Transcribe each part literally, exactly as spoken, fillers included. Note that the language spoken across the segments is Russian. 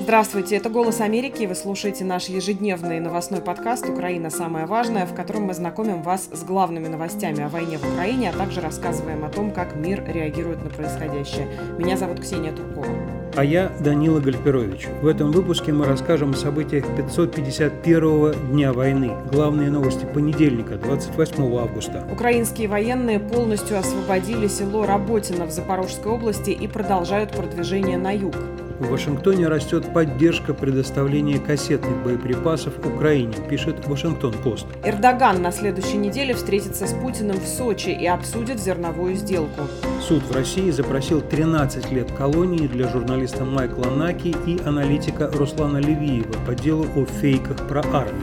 Здравствуйте, это «Голос Америки», и вы слушаете наш ежедневный новостной подкаст «Украина. Самое важное», в котором мы знакомим вас с главными новостями о войне в Украине, а также рассказываем о том, как мир реагирует на происходящее. Меня зовут Ксения Туркова. А я Данила Гальперович. В этом выпуске мы расскажем о событиях пятьсот пятьдесят первого дня войны. Главные новости понедельника, двадцать восьмого августа. Украинские военные полностью освободили село Работино в Запорожской области и продолжают продвижение на юг. В Вашингтоне растет поддержка предоставления кассетных боеприпасов Украине, пишет Вашингтон-Пост. Эрдоган на следующей неделе встретится с Путиным в Сочи и обсудит зерновую сделку. Суд в России запросил тринадцать лет колонии для журналиста Майкла Наки и аналитика Руслана Левиева по делу о фейках про армию.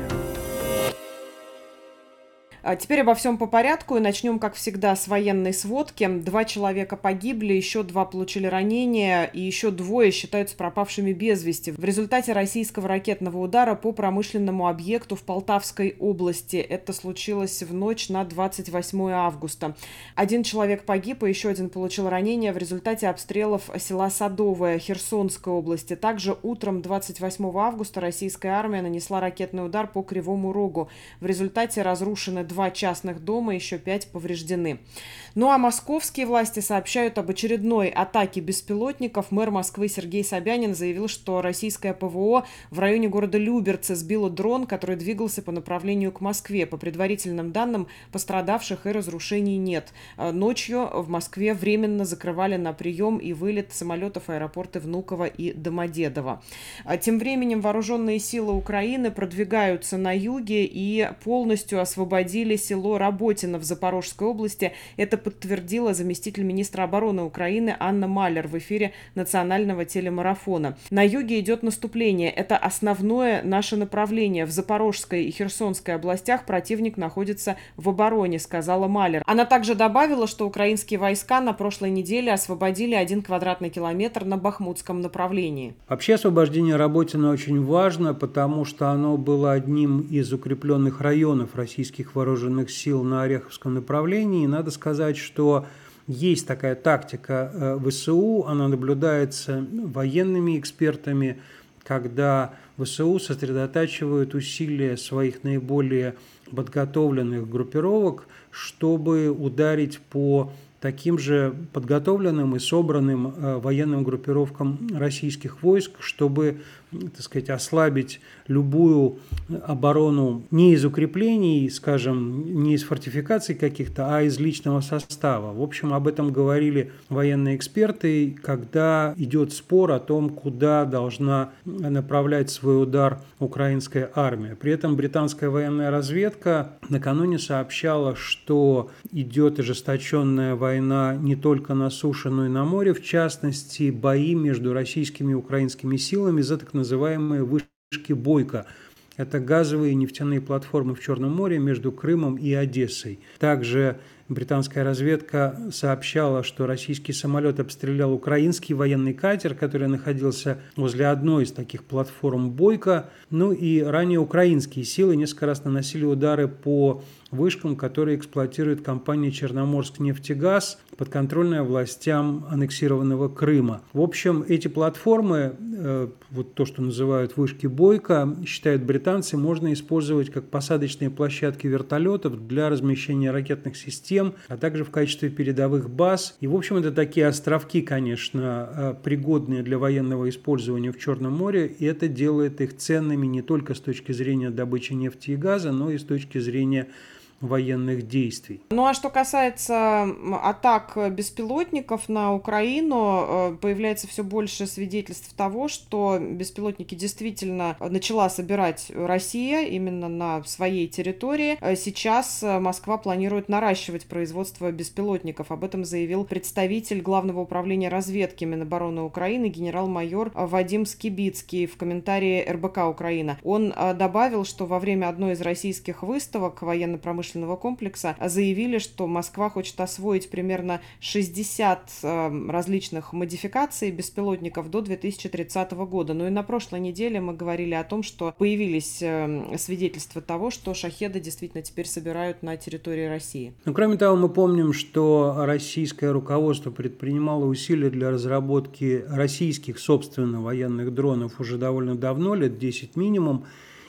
Теперь обо всем по порядку и начнем, как всегда, с военной сводки. Два человека погибли, еще два получили ранения и еще двое считаются пропавшими без вести в результате российского ракетного удара по промышленному объекту в Полтавской области. Это случилось в ночь на двадцать восьмое августа. Один человек погиб, и еще один получил ранения в результате обстрелов села Садовое Херсонской области. Также утром двадцать восьмого августа российская армия нанесла ракетный удар по Кривому Рогу. В результате разрушены два Два частных дома, еще пять повреждены. Ну а московские власти сообщают об очередной атаке беспилотников. Мэр Москвы Сергей Собянин заявил, что российское ПВО в районе города Люберцы сбило дрон, который двигался по направлению к Москве. По предварительным данным, пострадавших и разрушений нет. Ночью в Москве временно закрывали на прием и вылет самолетов аэропорты Внуково и Домодедово. Тем временем вооруженные силы Украины продвигаются на юге и полностью освободили село Работино в Запорожской области. Это подтвердила заместитель министра обороны Украины Анна Малер в эфире национального телемарафона. На юге идет наступление. Это основное наше направление. В Запорожской и Херсонской областях противник находится в обороне, сказала Малер. Она также добавила, что украинские войска на прошлой неделе освободили один квадратный километр на Бахмутском направлении. Вообще освобождение Работино очень важно, потому что оно было одним из укрепленных районов российских вооруженных сил на Ореховском направлении. И надо сказать, что есть такая тактика ВСУ, она наблюдается военными экспертами, когда ВСУ сосредотачивают усилия своих наиболее подготовленных группировок, чтобы ударить по таким же подготовленным и собранным э, военным группировкам российских войск, чтобы, так сказать, ослабить любую оборону не из укреплений, скажем, не из фортификаций каких-то, а из личного состава. В общем, об этом говорили военные эксперты, когда идет спор о том, куда должна направлять свой удар украинская армия. При этом британская военная разведка накануне сообщала, что идет ожесточенная война не только на суше, но и на море, в частности, бои между российскими и украинскими силами за так называемые вышки Бойко. Это газовые и нефтяные платформы в Черном море между Крымом и Одессой. Также британская разведка сообщала, что российский самолет обстрелял украинский военный катер, который находился возле одной из таких платформ Бойко. Ну и ранее украинские силы несколько раз наносили удары по вышкам, которые эксплуатирует компания «Черноморскнефтегаз», подконтрольная властям аннексированного Крыма. В общем, эти платформы, э, вот то, что называют вышки Бойко, считают британцы, можно использовать как посадочные площадки вертолетов для размещения ракетных систем, а также в качестве передовых баз. И, в общем, это такие островки, конечно, пригодные для военного использования в Черном море, и это делает их ценными не только с точки зрения добычи нефти и газа, но и с точки зрения военных действий. Ну а что касается атак беспилотников на Украину, появляется все больше свидетельств того, что беспилотники действительно начала собирать Россия именно на своей территории. Сейчас Москва планирует наращивать производство беспилотников. Об этом заявил представитель Главного управления разведки Минобороны Украины генерал-майор Вадим Скибицкий в комментарии эр бэ ка Украина. Он добавил, что во время одной из российских выставок военно-промышленных промышленного комплекса заявили, что Москва хочет освоить примерно шестьдесят э, различных модификаций беспилотников до две тысячи тридцатого года. Ну и на прошлой неделе мы говорили о том, что появились э, свидетельства того, что шахеды действительно теперь собирают на территории России. Ну, кроме того, мы помним, что российское руководство предпринимало усилия для разработки российских, собственно, военных дронов уже довольно давно, лет десять минимум.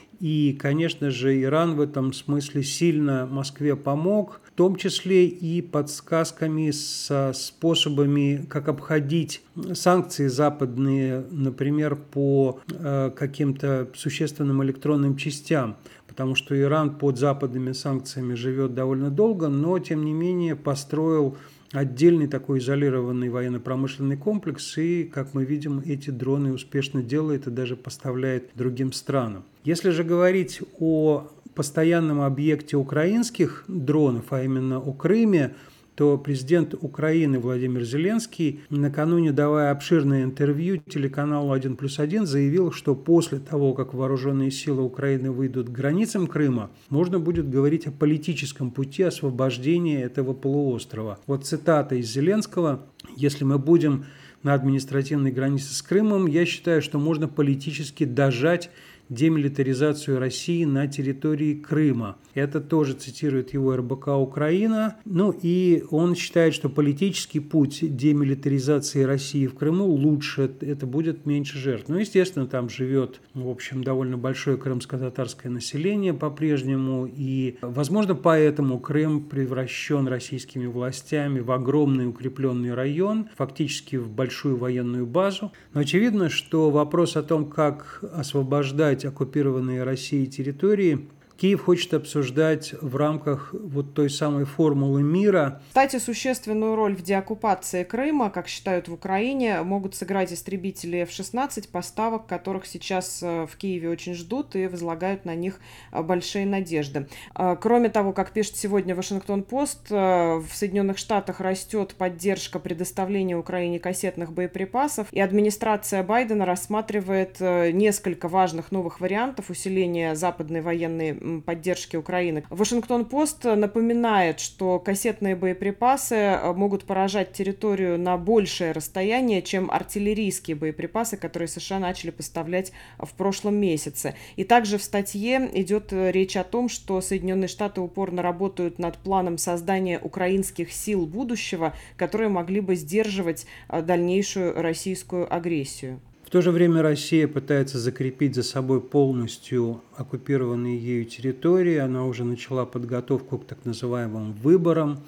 И, конечно же, Иран в этом смысле сильно Москве помог, в том числе и подсказками со способами, как обходить санкции западные, например, по э, каким-то существенным электронным частям. Потому что Иран под западными санкциями живет довольно долго, но, тем не менее, построил отдельный такой изолированный военно-промышленный комплекс, и, как мы видим, эти дроны успешно делает и даже поставляет другим странам. Если же говорить о постоянном объекте украинских дронов, а именно о Крыме, то президент Украины Владимир Зеленский, накануне давая обширное интервью телеканалу один плюс один, заявил, что после того, как вооруженные силы Украины выйдут к границам Крыма, можно будет говорить о политическом пути освобождения этого полуострова. Вот цитата из Зеленского: «Если мы будем на административной границе с Крымом, я считаю, что можно политически дожать демилитаризацию России на территории Крыма». Это тоже цитирует его эр бэ ка «Украина». Ну и он считает, что политический путь демилитаризации России в Крыму лучше, это будет меньше жертв. Ну, естественно, там живет, в общем, довольно большое крымско-татарское население по-прежнему, и, возможно, поэтому Крым превращен российскими властями в огромный укрепленный район, фактически в большую военную базу. Но очевидно, что вопрос о том, как освобождать оккупированные Россией территории, Киев хочет обсуждать в рамках вот той самой формулы мира. Кстати, существенную роль в деоккупации Крыма, как считают в Украине, могут сыграть истребители эф шестнадцать, поставок которых сейчас в Киеве очень ждут и возлагают на них большие надежды. Кроме того, как пишет сегодня Вашингтон-Пост, в Соединенных Штатах растет поддержка предоставления Украине кассетных боеприпасов, и администрация Байдена рассматривает несколько важных новых вариантов усиления западной военной поддержки Украины. Вашингтон-Пост напоминает, что кассетные боеприпасы могут поражать территорию на большее расстояние, чем артиллерийские боеприпасы, которые США начали поставлять в прошлом месяце. И также в статье идет речь о том, что Соединенные Штаты упорно работают над планом создания украинских сил будущего, которые могли бы сдерживать дальнейшую российскую агрессию. В то же время Россия пытается закрепить за собой полностью оккупированные ею территории. Она уже начала подготовку к так называемым выборам,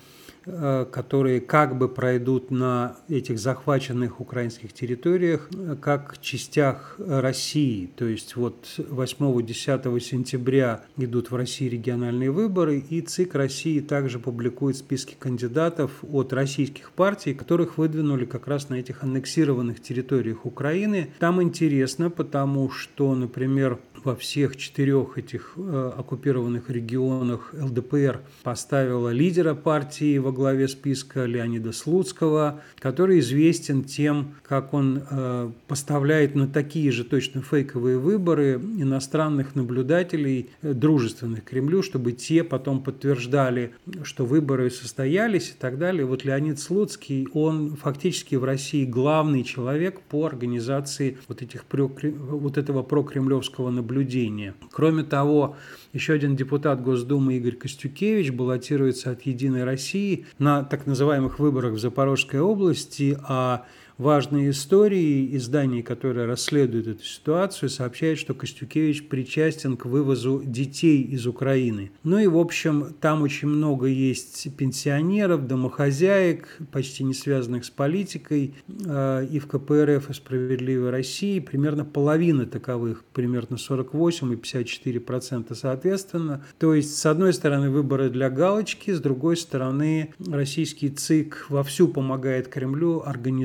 которые как бы пройдут на этих захваченных украинских территориях, как частях России. То есть вот восьмого-десятого сентября идут в России региональные выборы, и ЦИК России также публикует списки кандидатов от российских партий, которых выдвинули как раз на этих аннексированных территориях Украины. Там интересно, потому что, например, во всех четырех этих э, оккупированных регионах эл дэ пэ эр поставила лидера партии во главе списка Леонида Слуцкого, который известен тем, как он э, поставляет на такие же точно фейковые выборы иностранных наблюдателей, э, дружественных Кремлю, чтобы те потом подтверждали, что выборы состоялись и так далее. Вот Леонид Слуцкий, он фактически в России главный человек по организации вот, этих, вот этого прокремлевского наблюдения. Наблюдения. Кроме того, еще один депутат Госдумы Игорь Костюкевич баллотируется от «Единой России» на так называемых выборах в Запорожской области, а важные истории, издания, которые расследуют эту ситуацию, сообщают, что Костюкевич причастен к вывозу детей из Украины. Ну и, в общем, там очень много есть пенсионеров, домохозяек, почти не связанных с политикой, и в ка пэ эр эф, и «Справедливой России». Примерно половина таковых, примерно сорок восемь и пятьдесят четыре процента соответственно. То есть, с одной стороны, выборы для галочки, с другой стороны, российский ЦИК вовсю помогает Кремлю, организуя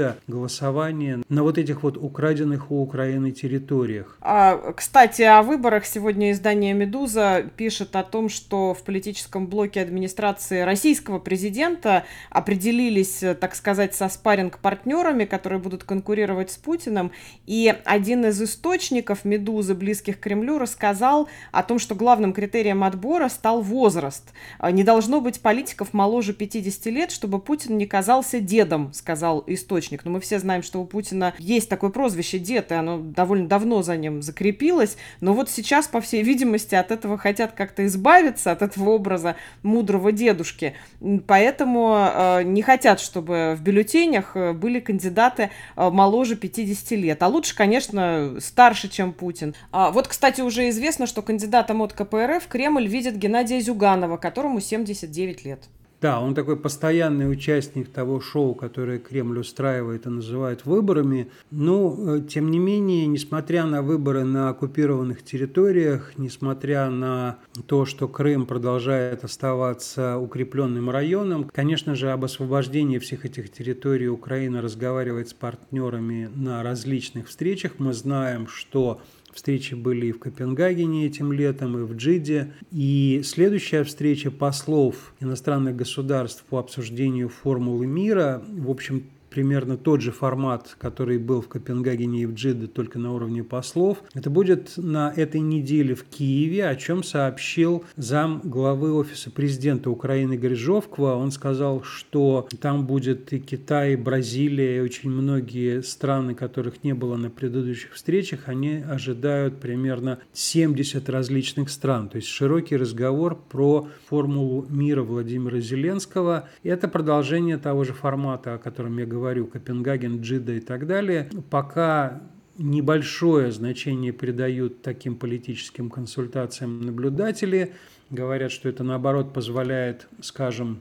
года голосование на вот этих вот украденных у Украины территориях. А, кстати, о выборах сегодня издание «Медуза» пишет о том, что в политическом блоке администрации российского президента определились, так сказать, со спарринг-партнерами, которые будут конкурировать с Путиным. И один из источников «Медузы», близких к Кремлю, рассказал о том, что главным критерием отбора стал возраст. Не должно быть политиков моложе пятидесяти лет, чтобы Путин не казался дедом, сказал источник. Но мы все знаем, что у Путина есть такое прозвище «дед», и оно довольно давно за ним закрепилось. Но вот сейчас, по всей видимости, от этого хотят как-то избавиться, от этого образа мудрого дедушки. Поэтому э, не хотят, чтобы в бюллетенях были кандидаты э, моложе пятидесяти лет. А лучше, конечно, старше, чем Путин. А вот, кстати, уже известно, что кандидатом от ка пэ эр эф Кремль видит Геннадия Зюганова, которому семьдесят девять лет. Да, он такой постоянный участник того шоу, которое Кремль устраивает и называют выборами. Но, тем не менее, несмотря на выборы на оккупированных территориях, несмотря на то, что Крым продолжает оставаться укрепленным районом, конечно же, об освобождении всех этих территорий Украина разговаривает с партнерами на различных встречах. Мы знаем, что встречи были и в Копенгагене этим летом, и в Джиде. И следующая встреча послов иностранных государств по обсуждению формулы мира, в общем, примерно тот же формат, который был в Копенгагене и в Джиде, только на уровне послов. Это будет на этой неделе в Киеве, о чем сообщил зам главы Офиса президента Украины Грижовква. Он сказал, что там будет и Китай, и Бразилия, и очень многие страны, которых не было на предыдущих встречах. Они ожидают примерно семьдесят различных стран. То есть широкий разговор про формулу мира Владимира Зеленского. И это продолжение того же формата, о котором я говорю, Копенгаген, Джида и так далее. Пока небольшое значение придают таким политическим консультациям наблюдатели. Говорят, что это, наоборот, позволяет, скажем,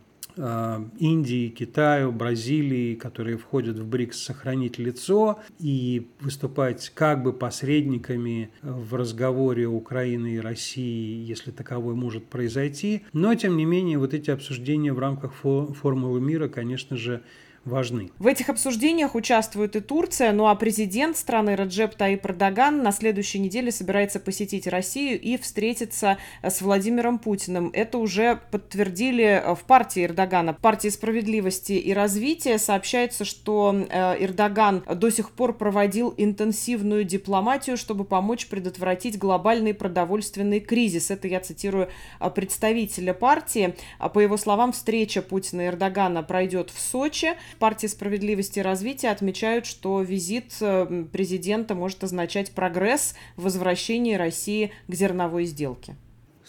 Индии, Китаю, Бразилии, которые входят в БРИКС, сохранить лицо и выступать как бы посредниками в разговоре Украины и России, если таковой может произойти. Но, тем не менее, вот эти обсуждения в рамках формулы мира, конечно же, важны. В этих обсуждениях участвует и Турция, ну а президент страны Реджеп Таyyip Эрдоган на следующей неделе собирается посетить Россию и встретиться с Владимиром Путиным. Это уже подтвердили в партии Эрдогана. В партии «Справедливости и развития» сообщается, что Эрдоган до сих пор проводил интенсивную дипломатию, чтобы помочь предотвратить глобальный продовольственный кризис. Это я цитирую представителя партии. По его словам, встреча Путина и Эрдогана пройдет в Сочи. В партии «Справедливости и развития» отмечают, что визит президента может означать прогресс в возвращении России к зерновой сделке.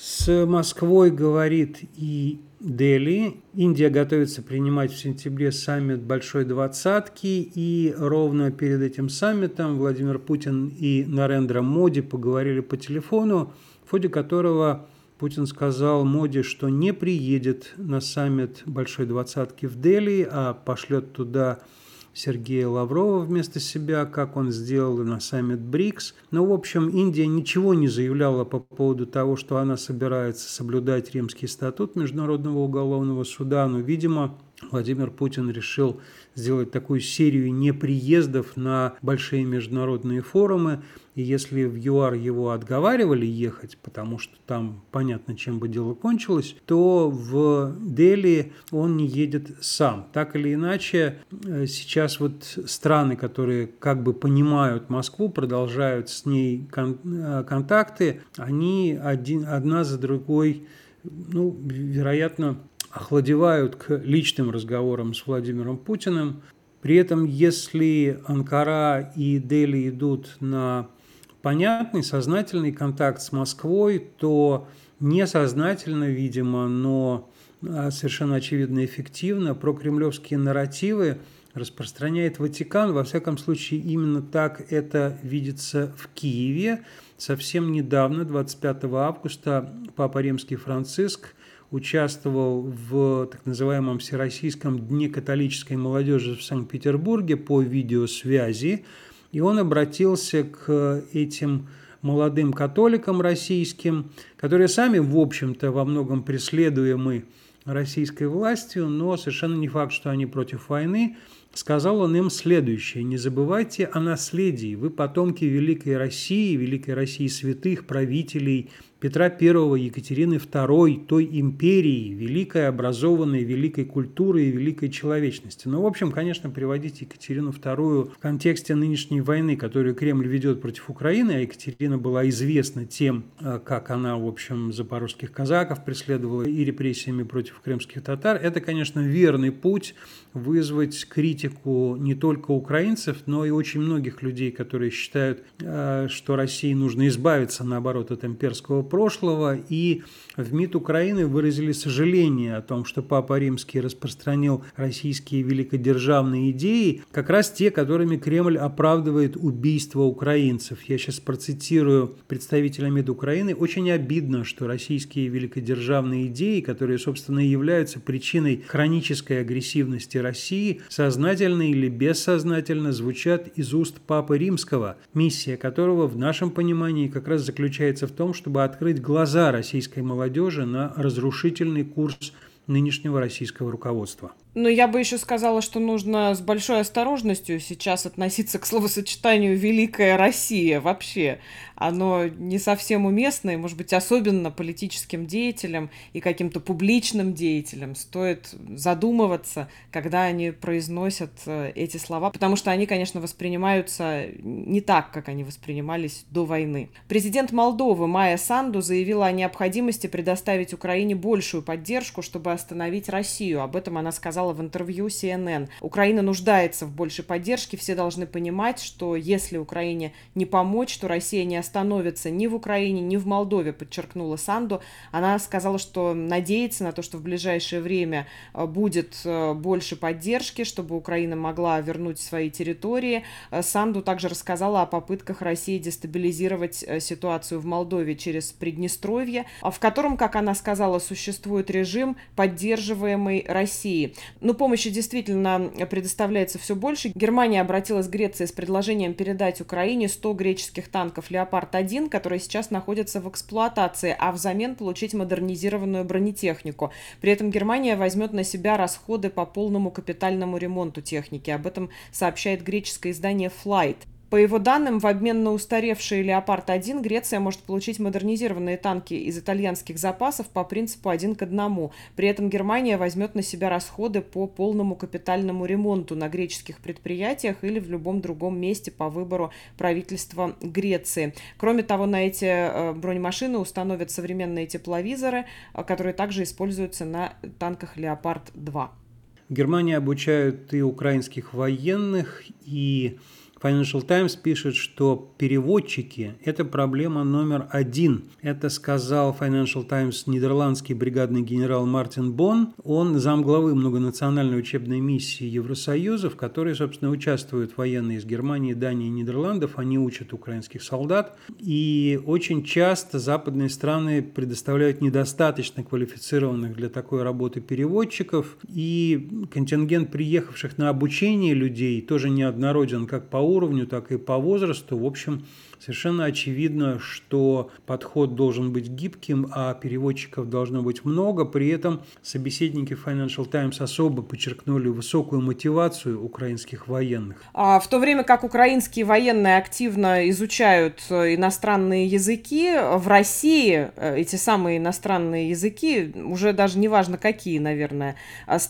С Москвой говорит и Дели. Индия готовится принимать в сентябре саммит Большой Двадцатки, и ровно перед этим саммитом Владимир Путин и Нарендра Моди поговорили по телефону, в ходе которого Путин сказал Моди, что не приедет на саммит Большой Двадцатки в Дели, а пошлет туда Сергея Лаврова вместо себя, как он сделал и на саммит БРИКС. Но, в общем, Индия ничего не заявляла по поводу того, что она собирается соблюдать Римский статут Международного уголовного суда, но, видимо, Владимир Путин решил сделать такую серию неприездов на большие международные форумы. И если в ЮАР его отговаривали ехать, потому что там понятно, чем бы дело кончилось, то в Дели он не едет сам. Так или иначе, сейчас вот страны, которые как бы понимают Москву, продолжают с ней кон- контакты, они один, одна за другой, ну, вероятно, охладевают к личным разговорам с Владимиром Путиным. При этом, если Анкара и Дели идут на понятный, сознательный контакт с Москвой, то несознательно, видимо, но совершенно очевидно эффективно прокремлевские нарративы распространяет Ватикан. Во всяком случае, именно так это видится в Киеве. Совсем недавно, двадцать пятого августа, Папа Римский Франциск участвовал в так называемом Всероссийском дне католической молодежи в Санкт-Петербурге по видеосвязи, и он обратился к этим молодым католикам российским, которые сами, в общем-то, во многом преследуемы российской властью, но совершенно не факт, что они против войны. сказал он им следующее: «Не забывайте о наследии. Вы потомки Великой России, Великой России святых, правителей Петра Первого, Екатерины Второй, той империи, великой образованной, великой культуры и великой человечности». Ну, в общем, конечно, приводить Екатерину Вторую в контексте нынешней войны, которую Кремль ведет против Украины, а Екатерина была известна тем, как она, в общем, запорожских казаков преследовала и репрессиями против крымских татар, это, конечно, верный путь вызвать критику не только украинцев, но и очень многих людей, которые считают, что России нужно избавиться, наоборот, от имперского прошлого. И в МИД Украины выразили сожаление о том, что Папа Римский распространил российские великодержавные идеи, как раз те, которыми Кремль оправдывает убийство украинцев. Я сейчас процитирую представителя МИД Украины. «Очень обидно, что российские великодержавные идеи, которые, собственно, и являются причиной хронической агрессивности России, сознательно или бессознательно звучат из уст Папы Римского, миссия которого в нашем понимании как раз заключается в том, чтобы открыть глаза российской молодежи на разрушительный курс нынешнего российского руководства». Но я бы еще сказала, что нужно с большой осторожностью сейчас относиться к словосочетанию «Великая Россия». Вообще, оно не совсем уместно, и, может быть, особенно политическим деятелям и каким-то публичным деятелям стоит задумываться, когда они произносят эти слова, потому что они, конечно, воспринимаются не так, как они воспринимались до войны. Президент Молдовы Майя Санду заявила о необходимости предоставить Украине большую поддержку, чтобы остановить Россию. Об этом она сказала в интервью си эн эн. Украина нуждается в большей поддержке. Все должны понимать, что если Украине не помочь, то Россия не остановится ни в Украине, ни в Молдове, подчеркнула Санду. Она сказала, что надеется на то, что в ближайшее время будет больше поддержки, чтобы Украина могла вернуть свои территории. Санду также рассказала о попытках России дестабилизировать ситуацию в Молдове через Приднестровье, в котором, как она сказала, существует режим, поддерживаемый Россией. Но помощи действительно предоставляется все больше. Германия обратилась к Греции с предложением передать Украине сто греческих танков «Леопард один», которые сейчас находятся в эксплуатации, а взамен получить модернизированную бронетехнику. При этом Германия возьмет на себя расходы по полному капитальному ремонту техники. Об этом сообщает греческое издание Flight. По его данным, в обмен на устаревшие «Леопард один» Греция может получить модернизированные танки из итальянских запасов по принципу один к одному. При этом Германия возьмет на себя расходы по полному капитальному ремонту на греческих предприятиях или в любом другом месте по выбору правительства Греции. Кроме того, на эти бронемашины установят современные тепловизоры, которые также используются на танках «Леопард два». Германия обучает и украинских военных, и Financial Times пишет, что переводчики – это проблема номер один. Это сказал Financial Times нидерландский бригадный генерал Мартин Бон. Он замглавы многонациональной учебной миссии Евросоюза, в которой, собственно, участвуют военные из Германии, Дании и Нидерландов. Они учат украинских солдат. И очень часто западные страны предоставляют недостаточно квалифицированных для такой работы переводчиков. И контингент приехавших на обучение людей тоже неоднороден как по уровню, так и по возрасту. В общем, совершенно очевидно, что подход должен быть гибким, а переводчиков должно быть много. При этом собеседники Financial Times особо подчеркнули высокую мотивацию украинских военных. А в то время как украинские военные активно изучают иностранные языки, в России эти самые иностранные языки, уже даже не важно какие, наверное,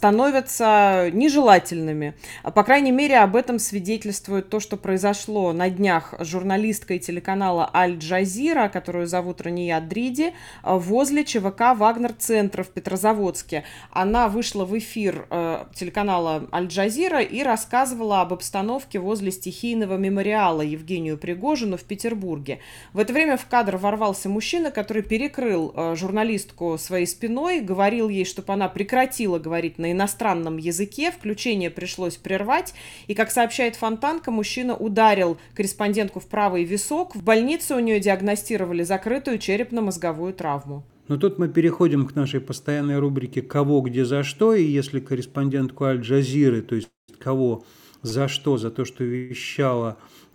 становятся нежелательными. По крайней мере, об этом свидетельствует то, что произошло на днях с журналисткой телеканала «Аль-Джазира», которую зовут Рания Дриди, возле ЧВК «Вагнер-центра» в Петрозаводске. Она вышла в эфир э, телеканала «Аль-Джазира» и рассказывала об обстановке возле стихийного мемориала Евгению Пригожину в Петербурге. В это время в кадр ворвался мужчина, который перекрыл э, журналистку своей спиной, говорил ей, чтобы она прекратила говорить на иностранном языке, включение пришлось прервать, и, как сообщает Фонтанка, мужчина ударил корреспондентку в правый висок. В больнице у нее диагностировали закрытую черепно-мозговую травму. Но тут мы переходим к нашей постоянной рубрике «Кого, где, за что». И если корреспондентку Аль-Джазиры, то есть кого за что, за то, что вещала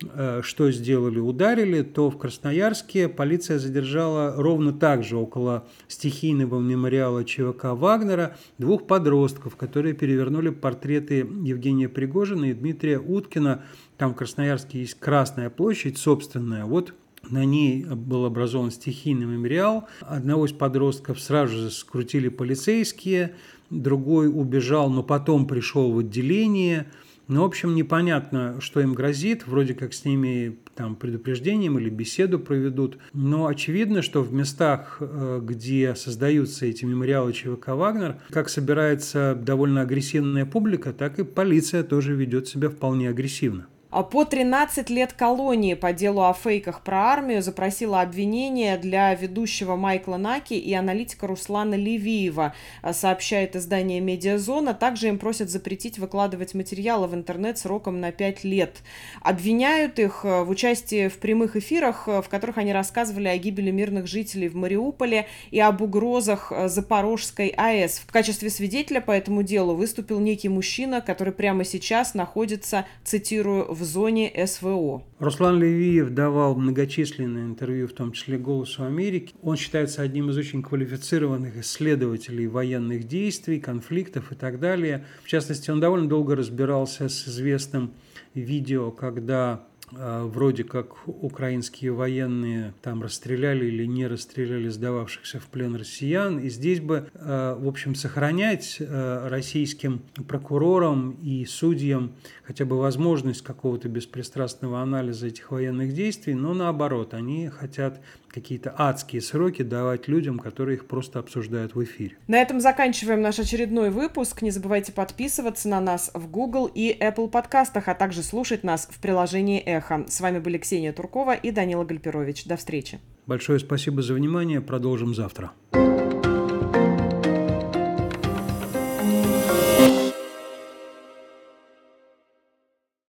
что сделали, ударили, то в Красноярске полиция задержала ровно так же около стихийного мемориала ЧВК Вагнера двух подростков, которые перевернули портреты Евгения Пригожина и Дмитрия Уткина. Там в Красноярске есть Красная площадь собственная. Вот на ней был образован стихийный мемориал. Одного из подростков сразу же скрутили полицейские, другой убежал, но потом пришел в отделение. Ну, в общем, непонятно, что им грозит. Вроде как с ними там предупреждением или беседу проведут. Но очевидно, что в местах, где создаются эти мемориалы ЧВК «Вагнер», как собирается довольно агрессивная публика, так и полиция тоже ведет себя вполне агрессивно. По тринадцать лет колонии по делу о фейках про армию запросила обвинение для ведущего Майкла Наки и аналитика Руслана Левиева, сообщает издание «Медиазона». Также им просят запретить выкладывать материалы в интернет сроком на пять лет. Обвиняют их в участии в прямых эфирах, в которых они рассказывали о гибели мирных жителей в Мариуполе и об угрозах Запорожской АЭС. В качестве свидетеля по этому делу выступил некий мужчина, который прямо сейчас находится, цитирую, в в зоне СВО. Руслан Левиев давал многочисленные интервью, в том числе «Голосу Америки». Он считается одним из очень квалифицированных исследователей военных действий, конфликтов и так далее. В частности, он довольно долго разбирался с известным видео, когда э, вроде как украинские военные там расстреляли или не расстреляли сдававшихся в плен россиян. И здесь бы, э, в общем, сохранять э, российским прокурорам и судьям хотя бы возможность какого-то беспристрастного анализа этих военных действий, но наоборот, они хотят какие-то адские сроки давать людям, которые их просто обсуждают в эфире. На этом заканчиваем наш очередной выпуск. Не забывайте подписываться на нас в Google и Apple подкастах, а также слушать нас в приложении «Эхо». С вами были Ксения Туркова и Данила Гальперович. До встречи. Большое спасибо за внимание. Продолжим завтра.